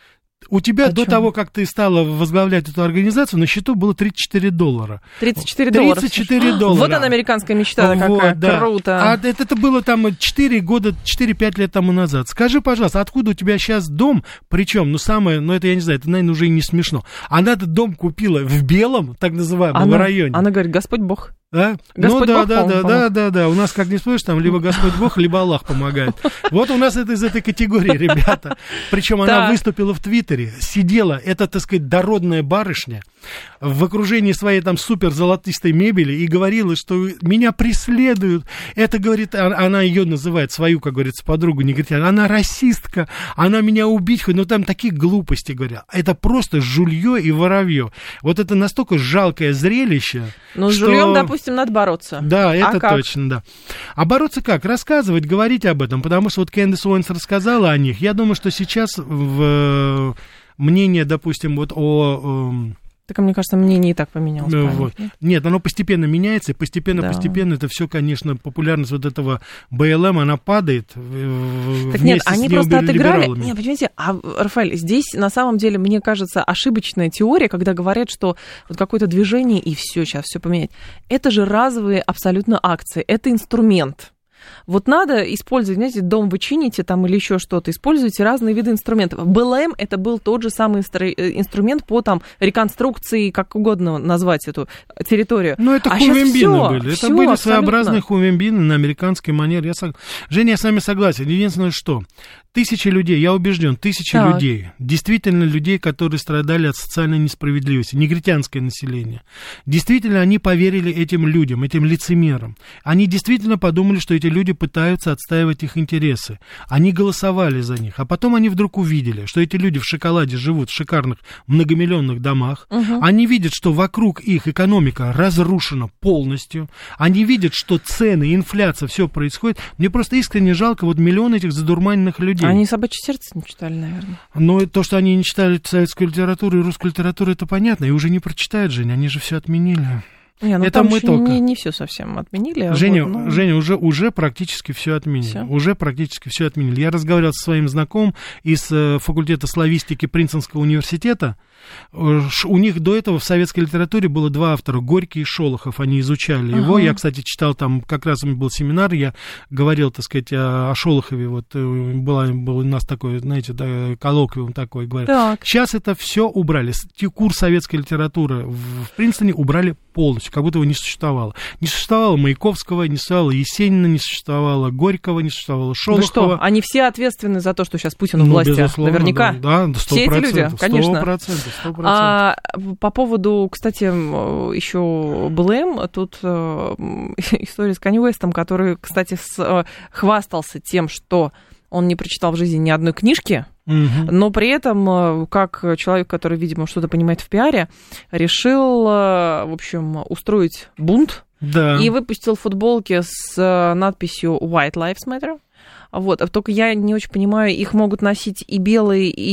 У тебя до того, как ты стала возглавлять эту организацию, на счету было $34. $34. $34. Вот она, американская мечта какая. Да. Круто. Это было там 4-5 лет тому назад. Скажи, пожалуйста, откуда у тебя сейчас дом? Причем, это я не знаю, это, наверное, уже и не смешно. Она этот дом купила в Белом, так называемом, районе. Она говорит, Господь Бог. Да? Господь Бог, да. У нас, как не слышишь, там либо Господь Бог, либо Аллах помогает. Вот у нас это из этой категории, ребята. Причем она выступила в Твиттере, сидела, это, так сказать, дородная барышня, в окружении своей там супер золотистой мебели и говорила, что меня преследуют. Это, говорит, она ее называет, свою, как говорится, подругу негритянку, она расистка, она меня убить хоть, там такие глупости, говорят. Это просто жулье и воровье. Вот это настолько жалкое зрелище, с жульем, допустим, надо бороться. Да, это точно, да. А бороться как? Рассказывать, говорить об этом, потому что вот Кэндис Оуэнс рассказала о них. Я думаю, что сейчас мнение, допустим, Так, мне кажется, мнение и так поменялось. Нет, оно постепенно меняется, и постепенно это все, конечно, популярность вот этого БЛМ, она падает. Так нет, они просто отыграли. Нет, понимаете, Рафаэль, здесь на самом деле, мне кажется, ошибочная теория, когда говорят, что вот какое-то движение и все, сейчас все поменять. Это же разовые абсолютно акции, это инструмент. Вот надо использовать, знаете, дом вы чините там или еще что-то, используйте разные виды инструментов. БЛМ это был тот же самый инструмент по там реконструкции, как угодно назвать эту территорию. Ну, это хувембины были. Это были своеобразные хувембины на американской манере. Женя, я с вами согласен. Единственное, что тысячи людей, я убежден, тысячи людей, действительно людей, которые страдали от социальной несправедливости, негритянское население. Действительно, они поверили этим людям, этим лицемерам. Они действительно подумали, что эти люди пытаются отстаивать их интересы. Они голосовали за них. А потом они вдруг увидели, что эти люди в шоколаде живут в шикарных многомиллионных домах. Они видят, что вокруг их экономика разрушена полностью. Они видят, что цены, инфляция, все происходит. Мне просто искренне жалко вот миллион этих задурманенных людей. Они «Собачье сердце» не читали, наверное. Но то, что они не читали советскую литературу и русскую литературу, это понятно. И уже не прочитают, Женя, они же все отменили. Не, ну это мы только не все совсем отменили. Женя, вот, Женя уже практически все отменили. Всё? Уже практически все отменили. Я разговаривал со своим знакомым из факультета славистики Принстонского университета. У них до этого в советской литературе было два автора, Горький и Шолохов, они изучали его. Я, кстати, читал там, как раз у меня был семинар, я говорил, так сказать, о Шолохове, вот был у нас такой, знаете, да, коллоквиум такой, говорят. Так. Сейчас это все убрали. Курс советской литературы в Принстоне убрали полностью, как будто его не существовало. Не существовало Маяковского, не существовало Есенина, не существовало Горького, не существовало Шолохова. Ну что, они все ответственны за то, что сейчас Путин у власти? Безусловно, наверняка. Да, 100%. Все эти люди, конечно. 100%. А по поводу, кстати, еще БЛМ, тут история с Канье Уэстом, который, кстати, хвастался тем, что он не прочитал в жизни ни одной книжки, но при этом, как человек, который, видимо, что-то понимает в пиаре, решил, в общем, устроить бунт и выпустил футболки с надписью «White Lives Matter». Вот, только я не очень понимаю, их могут носить и белые, и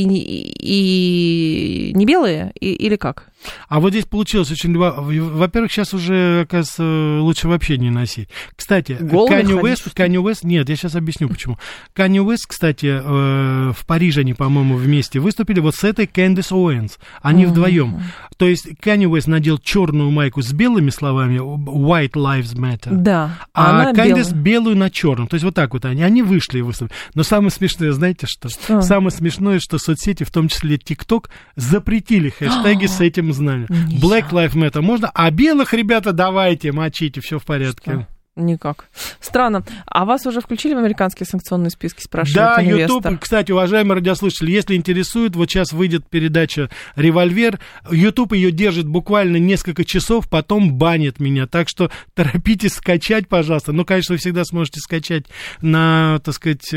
не белые, или как? А вот здесь получилось очень... Во-первых, сейчас уже, оказывается, лучше вообще не носить. Кстати, Канье Уэст... Нет, я сейчас объясню, почему. Канье Уэст, кстати, в Париже они, по-моему, вместе выступили вот с этой Кэндис Оуэнс. Они вдвоем. То есть Канье Уэст надел черную майку с белыми словами «White Lives Matter». Да, а Кэндис белую на черном. То есть вот так вот они вышли и выступили. Но самое смешное, знаете что? Самое смешное, что соцсети, в том числе TikTok, запретили хэштеги с этим знанием. Black Lives Matter можно, а белых, ребята, давайте, мочите, все в порядке. Что? Никак. Странно. А вас уже включили в американские санкционные списки, спрашивает инвестор? Да, YouTube, кстати, уважаемые радиослушатели, если интересует, вот сейчас выйдет передача «Револьвер». YouTube ее держит буквально несколько часов, потом банит меня. Так что торопитесь скачать, пожалуйста. Ну, конечно, вы всегда сможете скачать на, так сказать,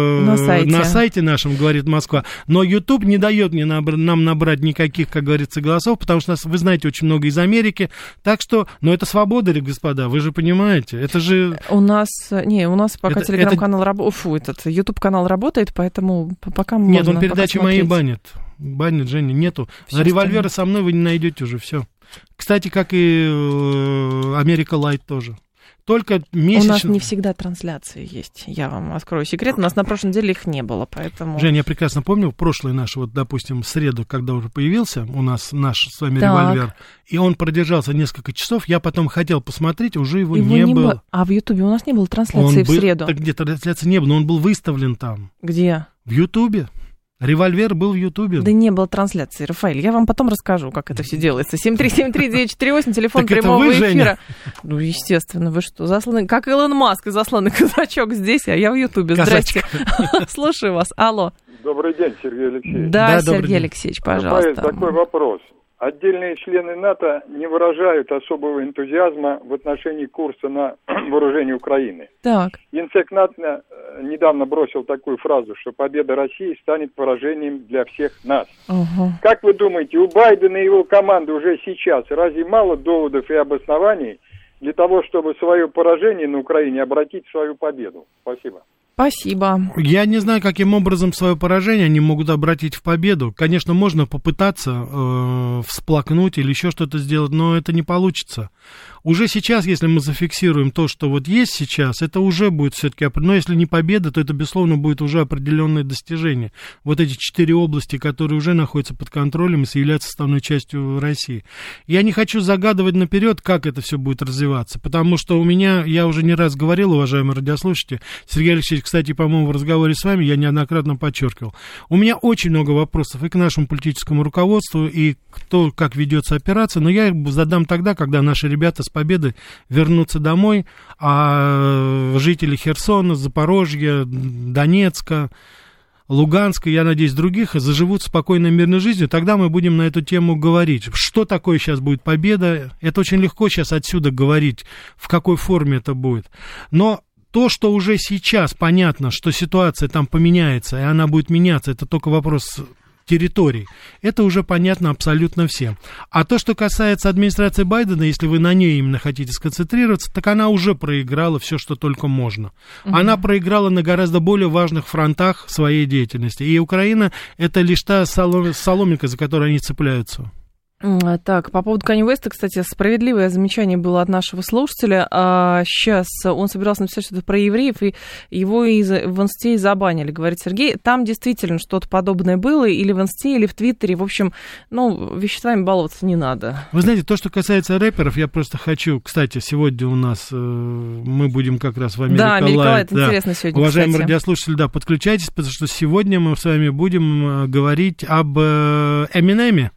на сайте нашем, говорит Москва. Но YouTube не дает нам набрать никаких, как говорится, голосов, потому что вы знаете, очень много из Америки. Так что, ну, это свобода, господа, вы же понимаете. Это же... У нас пока телеграм-канал работает, YouTube-канал работает, поэтому пока можно. Нет, он передачи мои банит. Банит, Женя, нету. Револьвера со мной вы не найдете уже, все. Кстати, как и Америка Лайт тоже. Только месячно... У нас не всегда трансляции есть, я вам открою секрет. У нас на прошлой неделе их не было, поэтому... Женя, я прекрасно помню прошлый наш, вот, допустим, среду, когда уже появился у нас наш с вами револьвер, и он продержался несколько часов, я потом хотел посмотреть, уже его не было. А в Ютубе у нас не было трансляции в среду? Так где трансляции не было, но он был выставлен там. Где? В Ютубе. Револьвер был в Ютубе. Да не было трансляции, Рафаэль. Я вам потом расскажу, как это все делается. 7373948, телефон прямого эфира. Женя? Ну, естественно, вы что, засланный, как Илон Маск, засланный казачок здесь, а я в Ютубе. Здрасте. Слушаю вас. Алло. Добрый день, Сергей Алексеевич. Да, Сергей Алексеевич, пожалуйста. Рафаэль, такой вопрос. Отдельные члены НАТО не выражают особого энтузиазма в отношении курса на вооружение Украины. Так. Генсек НАТО недавно бросил такую фразу, что победа России станет поражением для всех нас. Как вы думаете, у Байдена и его команды уже сейчас разве мало доводов и обоснований для того, чтобы свое поражение на Украине обратить в свою победу? Спасибо. Спасибо. Я не знаю, каким образом свое поражение они могут обратить в победу. Конечно, можно попытаться всплакнуть или еще что-то сделать, но это не получится. уже сейчас, если мы зафиксируем то, что вот есть сейчас, это уже будет все-таки, но если не победа, то это, безусловно, будет уже определенное достижение. Вот эти 4 области, которые уже находятся под контролем и являются составной частью России. Я не хочу загадывать наперед, как это все будет развиваться, потому что у меня, я уже не раз говорил, уважаемые радиослушатели, Сергей Алексеевич, кстати, по-моему, в разговоре с вами я неоднократно подчеркивал, у меня очень много вопросов и к нашему политическому руководству, и кто, как ведется операция, но я их задам тогда, когда наши ребята с победы вернутся домой, а жители Херсона, Запорожья, Донецка, Луганска, я надеюсь, других, заживут спокойной мирной жизнью, тогда мы будем на эту тему говорить. Что такое сейчас будет победа? Это очень легко сейчас отсюда говорить, в какой форме это будет. Но то, что уже сейчас понятно, что ситуация там поменяется, и она будет меняться, это только вопрос территорий, это уже понятно абсолютно всем. А то, что касается администрации Байдена, если вы на ней именно хотите сконцентрироваться, так она уже проиграла все, что только можно. Она проиграла на гораздо более важных фронтах своей деятельности. И Украина — это лишь та соломинка, за которой они цепляются. Так, по поводу Канье Уэста, кстати, справедливое замечание было от нашего слушателя. Сейчас он собирался написать что-то про евреев, и его в Инсте забанили, говорит Сергей. Там действительно что-то подобное было, или в Инсте, или в Твиттере. В общем, веществами баловаться не надо. Вы знаете, то, что касается рэперов, я просто хочу... Кстати, сегодня у нас мы будем как раз в Америка Лайв. Да, Америка Лайв, это интересно сегодня, уважаемые радиослушатели, да, подключайтесь, потому что сегодня мы с вами будем говорить об Эминеме.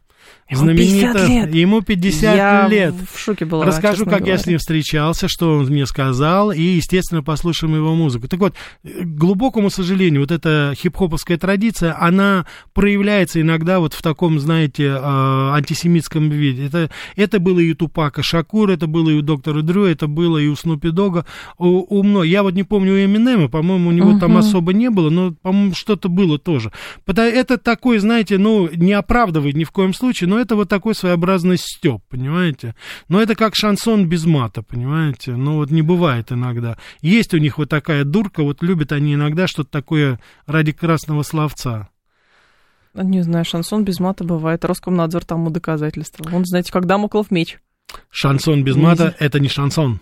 Ему 50 лет. В шоке была. Расскажу, как я с ним встречался, что он мне сказал, и, естественно, послушаем его музыку. Так вот, к глубокому сожалению, вот эта хип-хоповская традиция, она проявляется иногда вот в таком, знаете, антисемитском виде. Это было и у Тупака Шакура, это было и у доктора Дрю, это было и у Снупи Догга. Я вот не помню у Эминема, по-моему, у него там особо не было, но, по-моему, что-то было тоже. Это такой, знаете, не оправдывает ни в коем случае, но это вот такой своеобразный стёб, понимаете? Но это как шансон без мата, понимаете? Вот не бывает иногда. Есть у них вот такая дурка, вот любят они иногда что-то такое ради красного словца. Не знаю, шансон без мата бывает. Роскомнадзор тому доказательство. Он, знаете, как дамоклов меч. Шансон без мата — это не шансон.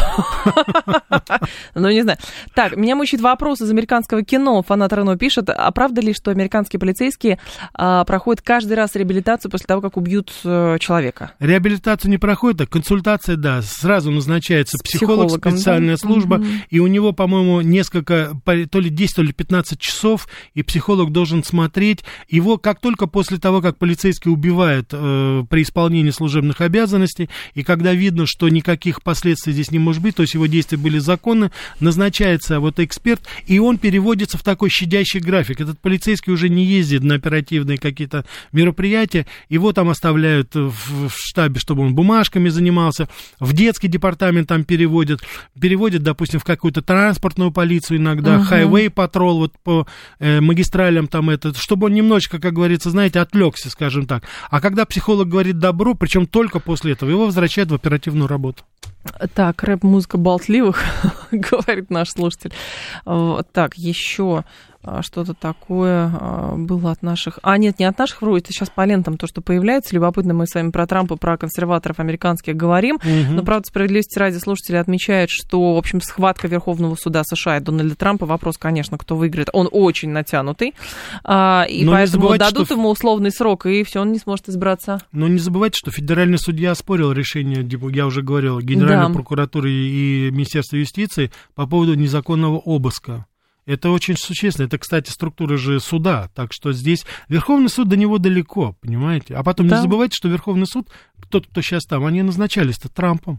Не знаю. Так, меня мучает вопрос из американского кино. Фанат Рено пишет, а правда ли, что американские полицейские проходят каждый раз реабилитацию после того, как убьют человека? Реабилитацию не проходит, а консультация, да. Сразу назначается психолог, специальная служба, и у него, по-моему, несколько, то ли 10, то ли 15 часов, и психолог должен смотреть. Его как только после того, как полицейский убивает при исполнении служебных обязанностей, и когда видно, что никаких последствий здесь не может быть, то есть его действия были законны, назначается вот эксперт, и он переводится в такой щадящий график. Этот полицейский уже не ездит на оперативные какие-то мероприятия, его там оставляют в штабе, чтобы он бумажками занимался, в детский департамент там переводят, допустим, в какую-то транспортную полицию иногда, highway patrol, вот по магистралям там чтобы он немножечко, как говорится, знаете, отвлекся, скажем так. А когда психолог говорит добро, причем только после этого, его возвращают в оперативную работу. Так, рэп-музыка болтливых, говорит наш слушатель. Так, еще что-то такое было от наших... Нет, не от наших, вроде, это сейчас по лентам то, что появляется. Любопытно, мы с вами про Трампа, про консерваторов американских говорим. Но, правда, справедливости ради слушатели отмечают, что, в общем, схватка Верховного суда США и Дональда Трампа, вопрос, конечно, кто выиграет, он очень натянутый. И поэтому дадут ему условный срок, и все, он не сможет избраться. Но не забывайте, что федеральный судья оспорил решение, я уже говорил, Генеральной прокуратуры и Министерства юстиции по поводу незаконного обыска. Это очень существенно. Это, кстати, структура же суда. Так что здесь Верховный суд до него далеко, понимаете? А потом не забывайте, что Верховный суд, тот, кто сейчас там, они назначались-то Трампом.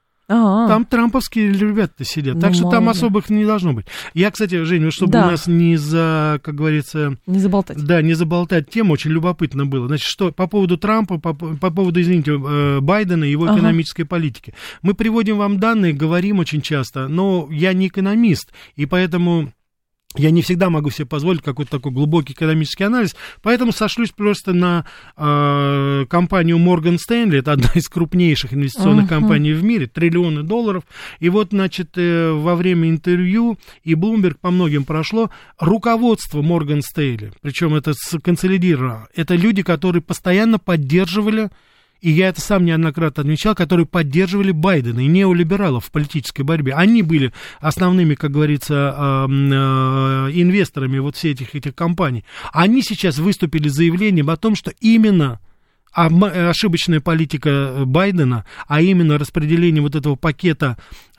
Там трамповские ребята сидят, так что там особых не должно быть. Я, кстати, Женя, чтобы у нас как говорится... Не заболтать. Да, не заболтать тему, очень любопытно было. Значит, что по поводу Трампа, по поводу, извините, Байдена и его экономической политики. Мы приводим вам данные, говорим очень часто, но я не экономист, и поэтому... Я не всегда могу себе позволить какой-то такой глубокий экономический анализ, поэтому сошлюсь просто на компанию Morgan Stanley, это одна из крупнейших инвестиционных компаний в мире, триллионы долларов, и вот, значит, во время интервью, и Bloomberg по многим прошло, руководство Morgan Stanley, причем это консолидировано, это люди, которые постоянно поддерживали и я это сам неоднократно отмечал, которые поддерживали Байдена и неолибералов в политической борьбе. Они были основными, как говорится, инвесторами вот всех этих компаний. Они сейчас выступили с заявлением о том, что именно ошибочная политика Байдена, а именно распределение вот этого пакета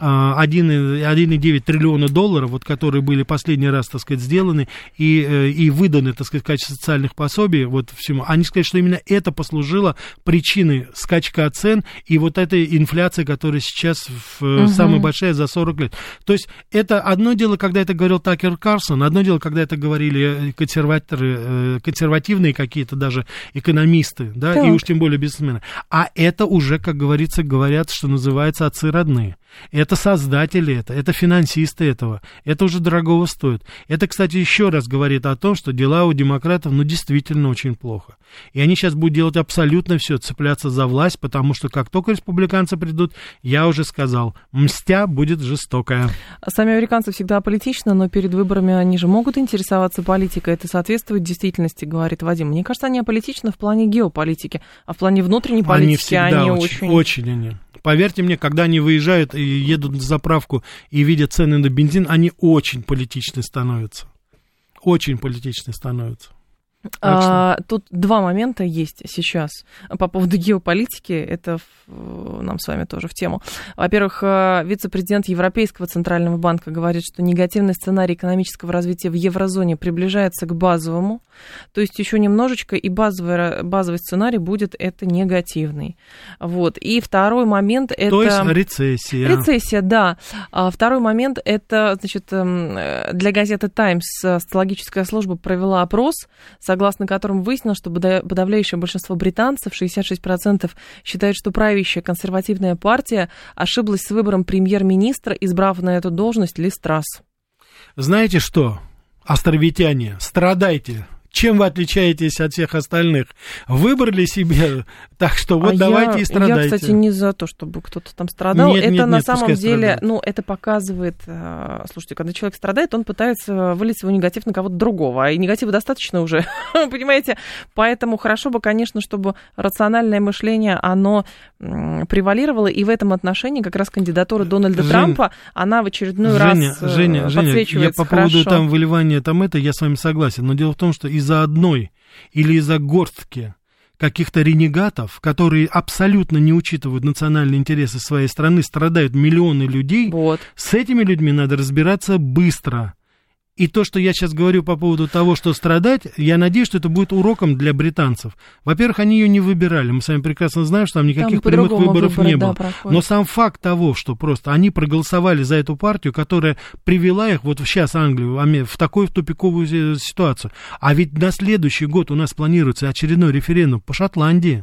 1,9 триллиона долларов, вот, которые были последний раз, так сказать, сделаны и выданы, так сказать, в качестве социальных пособий вот всему, они сказали, что именно это послужило причиной скачка цен и вот этой инфляции, которая сейчас самая большая за 40 лет. То есть это одно дело, когда это говорил Такер Карлсон, одно дело, когда это говорили консерваторы, консервативные какие-то даже экономисты, да, и уж тем более бизнесмены. А это уже, как говорится, говорят, что называется, отцы родные. Это создатели это финансисты этого. Это уже дорогого стоит. Это, кстати, еще раз говорит о том, что дела у демократов, ну, действительно очень плохо. И они сейчас будут делать абсолютно все, цепляться за власть, потому что как только республиканцы придут, я уже сказал, мстя будет жестокая. Сами американцы всегда аполитичны, но перед выборами они же могут интересоваться политикой. Это соответствует действительности, говорит Вадим. Мне кажется, они аполитичны в плане геополитики, а в плане внутренней политики они очень... они. Поверьте мне, когда они выезжают и едут на заправку и видят цены на бензин, они очень политичны становятся. Очень политичны становятся. Тут два момента есть сейчас по поводу геополитики, это нам с вами тоже в тему. Во-первых, вице-президент Европейского центрального банка говорит, что негативный сценарий экономического развития в еврозоне приближается к базовому, то есть еще немножечко, и базовый сценарий будет это негативный. Вот. И второй момент это... То есть рецессия. Рецессия, да. Второй момент это, значит, для газеты «Таймс» социологическая служба провела опрос, согласно которому выяснилось, что подавляющее большинство британцев, 66%, считают, что правящая консервативная партия ошиблась с выбором премьер-министра, избрав на эту должность Ли Трасс. Знаете что, островитяне, страдайте. Чем вы отличаетесь от всех остальных? Выбрали себе, так что вот давайте и страдайте. Я, кстати, не за то, чтобы кто-то там страдал. Это на самом деле, страдает. Это показывает, слушайте, когда человек страдает, он пытается вылить свой негатив на кого-то другого, а и негатива достаточно уже, понимаете? Поэтому хорошо бы, конечно, чтобы рациональное мышление, оно превалировало, и в этом отношении как раз кандидатура Дональда Трампа, она в очередной раз подсвечивается. Я по поводу там выливания я с вами согласен, но дело в том, что из-за одной или из-за горстки каких-то ренегатов, которые абсолютно не учитывают национальные интересы своей страны, страдают миллионы людей, с этими людьми надо разбираться быстро. И то, что я сейчас говорю по поводу того, что страдать, я надеюсь, что это будет уроком для британцев. Во-первых, они ее не выбирали. Мы с вами прекрасно знаем, что там никаких прямых выборов не было. Но сам факт того, что просто они проголосовали за эту партию, которая привела их вот сейчас Англию в такую тупиковую ситуацию. А ведь на следующий год у нас планируется очередной референдум по Шотландии.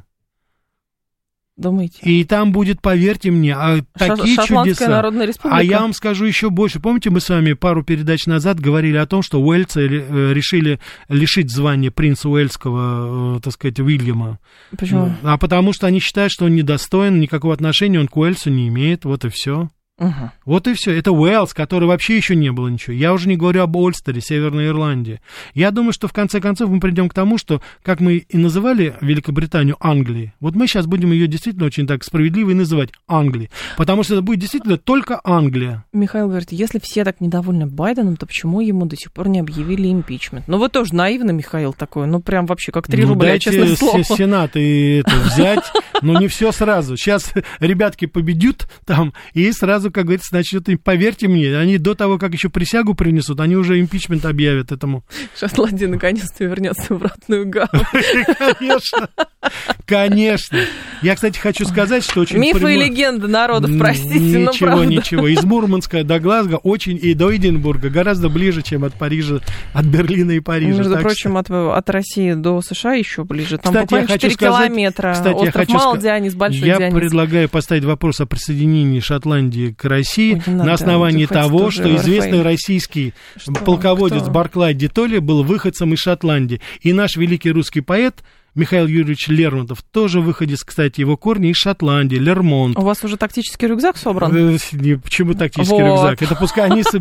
Думаете? И там будет, поверьте мне, такие чудеса. Народная Республика. А я вам скажу еще больше. Помните, мы с вами пару передач назад говорили о том, что уэльцы решили лишить звания принца уэльского, так сказать, Уильяма. Почему? А потому что они считают, что он недостоин, никакого отношения он к Уэльсу не имеет, вот и все. Вот и все. Это Уэльс, который вообще еще не было ничего. Я уже не говорю об Ольстере, Северной Ирландии. Я думаю, что в конце концов мы придем к тому, что, как мы и называли Великобританию Англией, вот мы сейчас будем ее действительно очень так справедливо и называть Англией. Потому что это будет действительно только Англия. Михаил говорит, если все так недовольны Байденом, то почему ему до сих пор не объявили импичмент? Ну, вы тоже наивно, Михаил, такой, прям вообще как 3 рубля, честное слово. Дайте Сенат и это взять, но не все сразу. Сейчас ребятки победят там и сразу, как говорится, начнут, поверьте мне, они до того, как еще присягу принесут, они уже импичмент объявят этому. Шотландия наконец-то вернется в родную гавань. Конечно, конечно. Я, кстати, хочу сказать, что очень... Мифы и легенды народов, простите, но правда. Ничего. Из Мурманска до Глазго очень и до Эдинбурга гораздо ближе, чем от Парижа, от Берлина и Парижа. Между прочим, от России до США еще ближе. Там буквально 4 километра. Остров Малдианис, Большой Дионис. Я предлагаю поставить вопрос о присоединении Шотландии к России на основании того, что известный российский полководец Барклай де Толли был выходцем из Шотландии. И наш великий русский поэт Михаил Юрьевич Лермонтов, тоже выходец, кстати, его корни из Шотландии, Лермонт. У вас уже тактический рюкзак собран? Почему тактический рюкзак? Это пускай они собирают.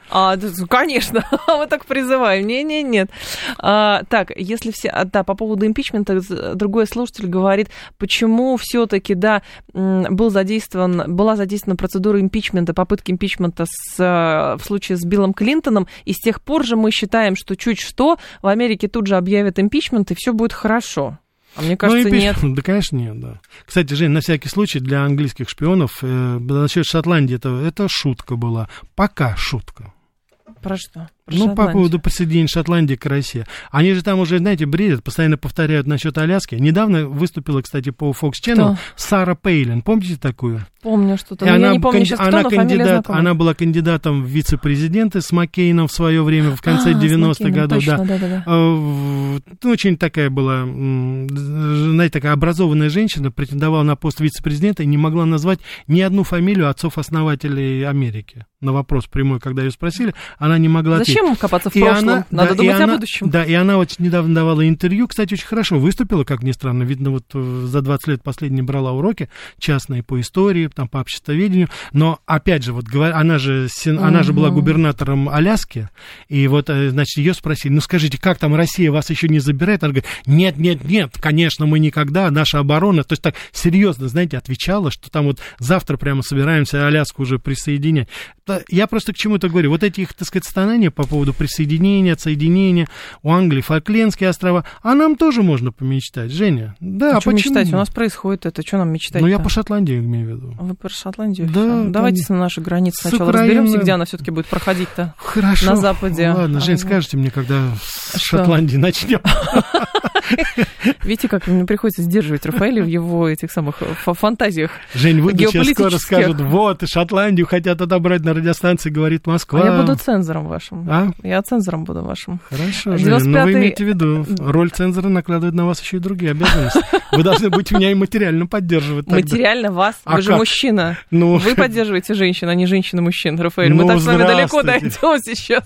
Конечно, мы так призываем. Нет. Так, если все... Да, по поводу импичмента, другой слушатель говорит, почему все-таки, да, была задействована процедура импичмента, попытки импичмента в случае с Биллом Клинтоном, и с тех пор же мы считаем, что чуть что, в Америке тут же объявят импичмент, и все будет хорошо. А мне кажется, нет. Да, конечно, нет, да. Кстати, Жень, на всякий случай, для английских шпионов, насчет Шотландии, это шутка была. Пока шутка. Про что? По поводу присоединения Шотландии к России. Они же там уже, знаете, бредят, постоянно повторяют насчет Аляски. Недавно выступила, кстати, по Fox Channel Сара Пейлин. Помните такую? Помню что-то. Я не помню сейчас, кто, но фамилия знакомая. Она была кандидатом в вице-президенты с Маккейном в свое время, в конце 90-х годов. Точно, да. Очень такая была, знаете, такая образованная женщина, претендовала на пост вице-президента и не могла назвать ни одну фамилию отцов-основателей Америки. На вопрос прямой, когда ее спросили, она не могла ответить. Зачем копаться в прошлом? Надо думать о будущем. Да, и она вот недавно давала интервью, кстати, очень хорошо выступила, как ни странно. Видно, вот за 20 лет последние брала уроки частные по истории, там, по обществоведению. Но, опять же, вот она же была губернатором Аляски, и вот, значит, ее спросили, ну, скажите, как там Россия вас еще не забирает? Она говорит, нет, конечно, мы никогда, наша оборона, то есть так серьезно, знаете, отвечала, что там вот завтра прямо собираемся Аляску уже присоединять. Я просто к чему-то говорю, вот эти их, так сказать, стонания по поводу присоединения, отсоединения, у Англии Фолклендские острова, а нам тоже можно помечтать, Женя. Да, почему мечтать? У нас происходит это, что нам мечтать? Ну, я по Шотландии имею в виду. Вы про Шотландию? Да. Давайте на нашей границе сначала разберемся, где она все-таки будет проходить-то. Хорошо. На Западе. Ладно, Жень, скажите мне, когда с Шотландии начнем. Видите, как мне приходится сдерживать Рафаэля в его этих самых фантазиях. Жень, выйдут сейчас скоро скажут, вот, Шотландию хотят отобрать на радиостанции, говорит Москва. А я буду цензором вашим. Я цензором буду вашим. Хорошо, Жень, но вы имеете в виду, роль цензора накладывает на вас еще и другие обязанности. Вы должны быть меня и материально поддерживать. Материально вас? Вы же мужчина. Вы поддерживаете женщин, а не женщин-мужчин, Рафаэль. Мы так с вами далеко дойдем сейчас.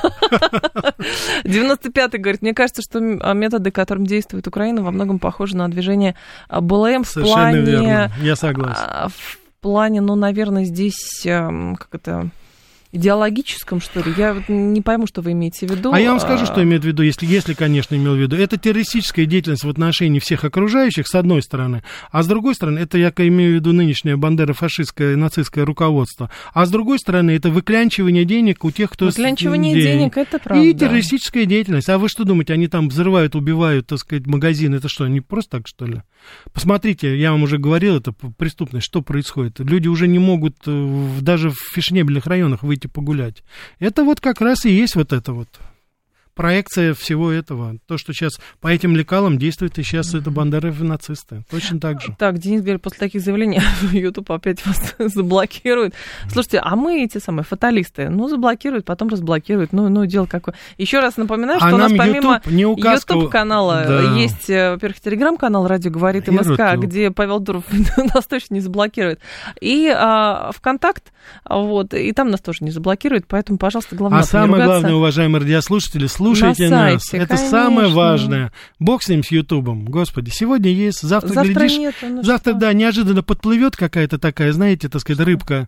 95-й говорит, мне кажется, что методы, которым действует Украина, во многом похожи на движение БЛМ в плане... Совершенно верно, я согласен. В плане, ну, наверное, здесь, как это... идеологическом, что ли? Я не пойму, что вы имеете в виду. А я вам скажу, что имею в виду, если, конечно, имел в виду. Это террористическая деятельность в отношении всех окружающих, с одной стороны, а с другой стороны, это я имею в виду нынешнее бандеро-фашистское нацистское руководство, а с другой стороны, это выклянчивание денег у тех, кто... Выклянчивание денег, это правда. И террористическая деятельность. А вы что думаете, они там взрывают, убивают, так сказать, магазины? Это что, они просто так, что ли? Посмотрите, я вам уже говорил, это преступность, что происходит. Люди уже не могут даже в фешенебельных районах выйти погулять. Это вот как раз и есть вот это вот проекция всего этого. То, что сейчас по этим лекалам действует, и сейчас это бандеровцы и нацисты. Точно так же. Так, Денис говорит, после таких заявлений YouTube опять вас заблокирует. Слушайте, а мы эти самые фаталисты. Ну, заблокируют, потом разблокируют. Ну, дело какое. Еще раз напоминаю, что у нас помимо YouTube-канала есть, во-первых, телеграм-канал «Радио говорит МСК», где Павел Дуров нас точно не заблокирует. И ВКонтакт, вот, и там нас тоже не заблокируют, поэтому, пожалуйста, главное, а самое главное, уважаемые радиослушатели, слушайте нас. Это конечно. Самое важное. Бог с ним, с Ютубом. Господи, сегодня есть, завтра глядишь. Нет, завтра, что? Да, неожиданно подплывет какая-то такая, знаете, так сказать, рыбка.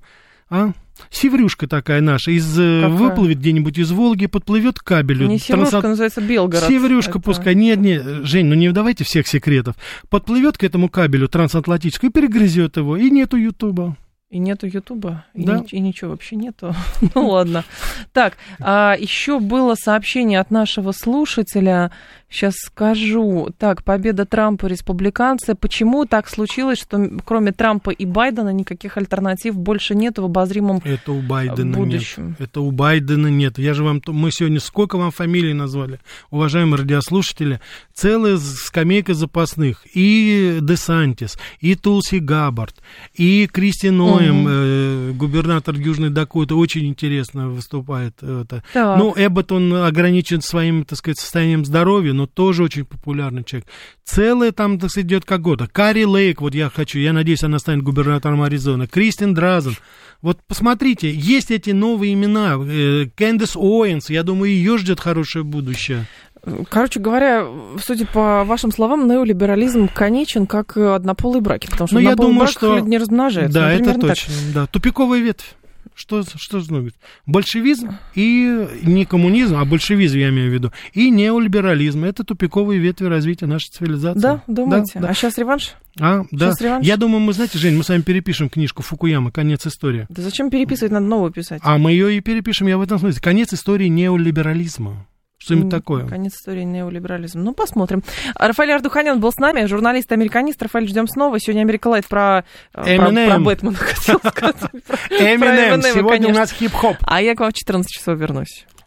Севрюшка такая наша, выплывет где-нибудь из Волги, подплывет к кабелю. Не Севрюшка, называется Белгород. Севрюшка, пускай. Нет, Жень, ну не давайте всех секретов. Подплывет к этому кабелю трансатлантическому и перегрызет его, и нету Ютуба. И нету Ютуба, да. И ничего вообще нету. Ну ладно. Так, еще было сообщение от нашего слушателя. Сейчас скажу. Так, победа Трампа, республиканцы. Почему так случилось, что кроме Трампа и Байдена никаких альтернатив больше нет в обозримом будущем? Это у Байдена нет. Это у Байдена нет. Мы сегодня сколько вам фамилий назвали, уважаемые радиослушатели. Целая скамейка запасных. И Десантис, и Тулси Габбард, и Кристи Ноэм, губернатор Южной Дакоты, очень интересно выступает. Ну, Эббот, он ограничен своим, так сказать, состоянием здоровья, но тоже очень популярный человек. Целое там, так сказать, идет как года. Карри Лейк, вот я надеюсь, она станет губернатором Аризоны. Кристин Дразен. Вот посмотрите, есть эти новые имена. Кэндис Оуэнс, я думаю, ее ждет хорошее будущее. Короче говоря, судя по вашим словам, неолиберализм конечен, как однополые браки, потому что однополый брак не размножается. Да, это точно. Да. Тупиковая ветвь. Что значит? Большевизм и не коммунизм, а большевизм, я имею в виду, и неолиберализм. Это тупиковые ветви развития нашей цивилизации. Да, думаете? Да. А сейчас реванш? Да. Сейчас реванш? Я думаю, мы, знаете, Жень, мы с вами перепишем книжку Фукуямы «Конец истории». Да зачем переписывать, надо новую писать. А мы ее и перепишем, я в этом смысле. «Конец истории неолиберализма». Что-нибудь такое. Конец истории неолиберализма. Ну, посмотрим. Рафаэль Ардуханян был с нами, журналист-американист. Рафаэль, ждем снова. Сегодня Америка Лайт про Бэтмена хотел сказать. Эминем. Сегодня у нас хип-хоп. А я к вам в 14 часов вернусь.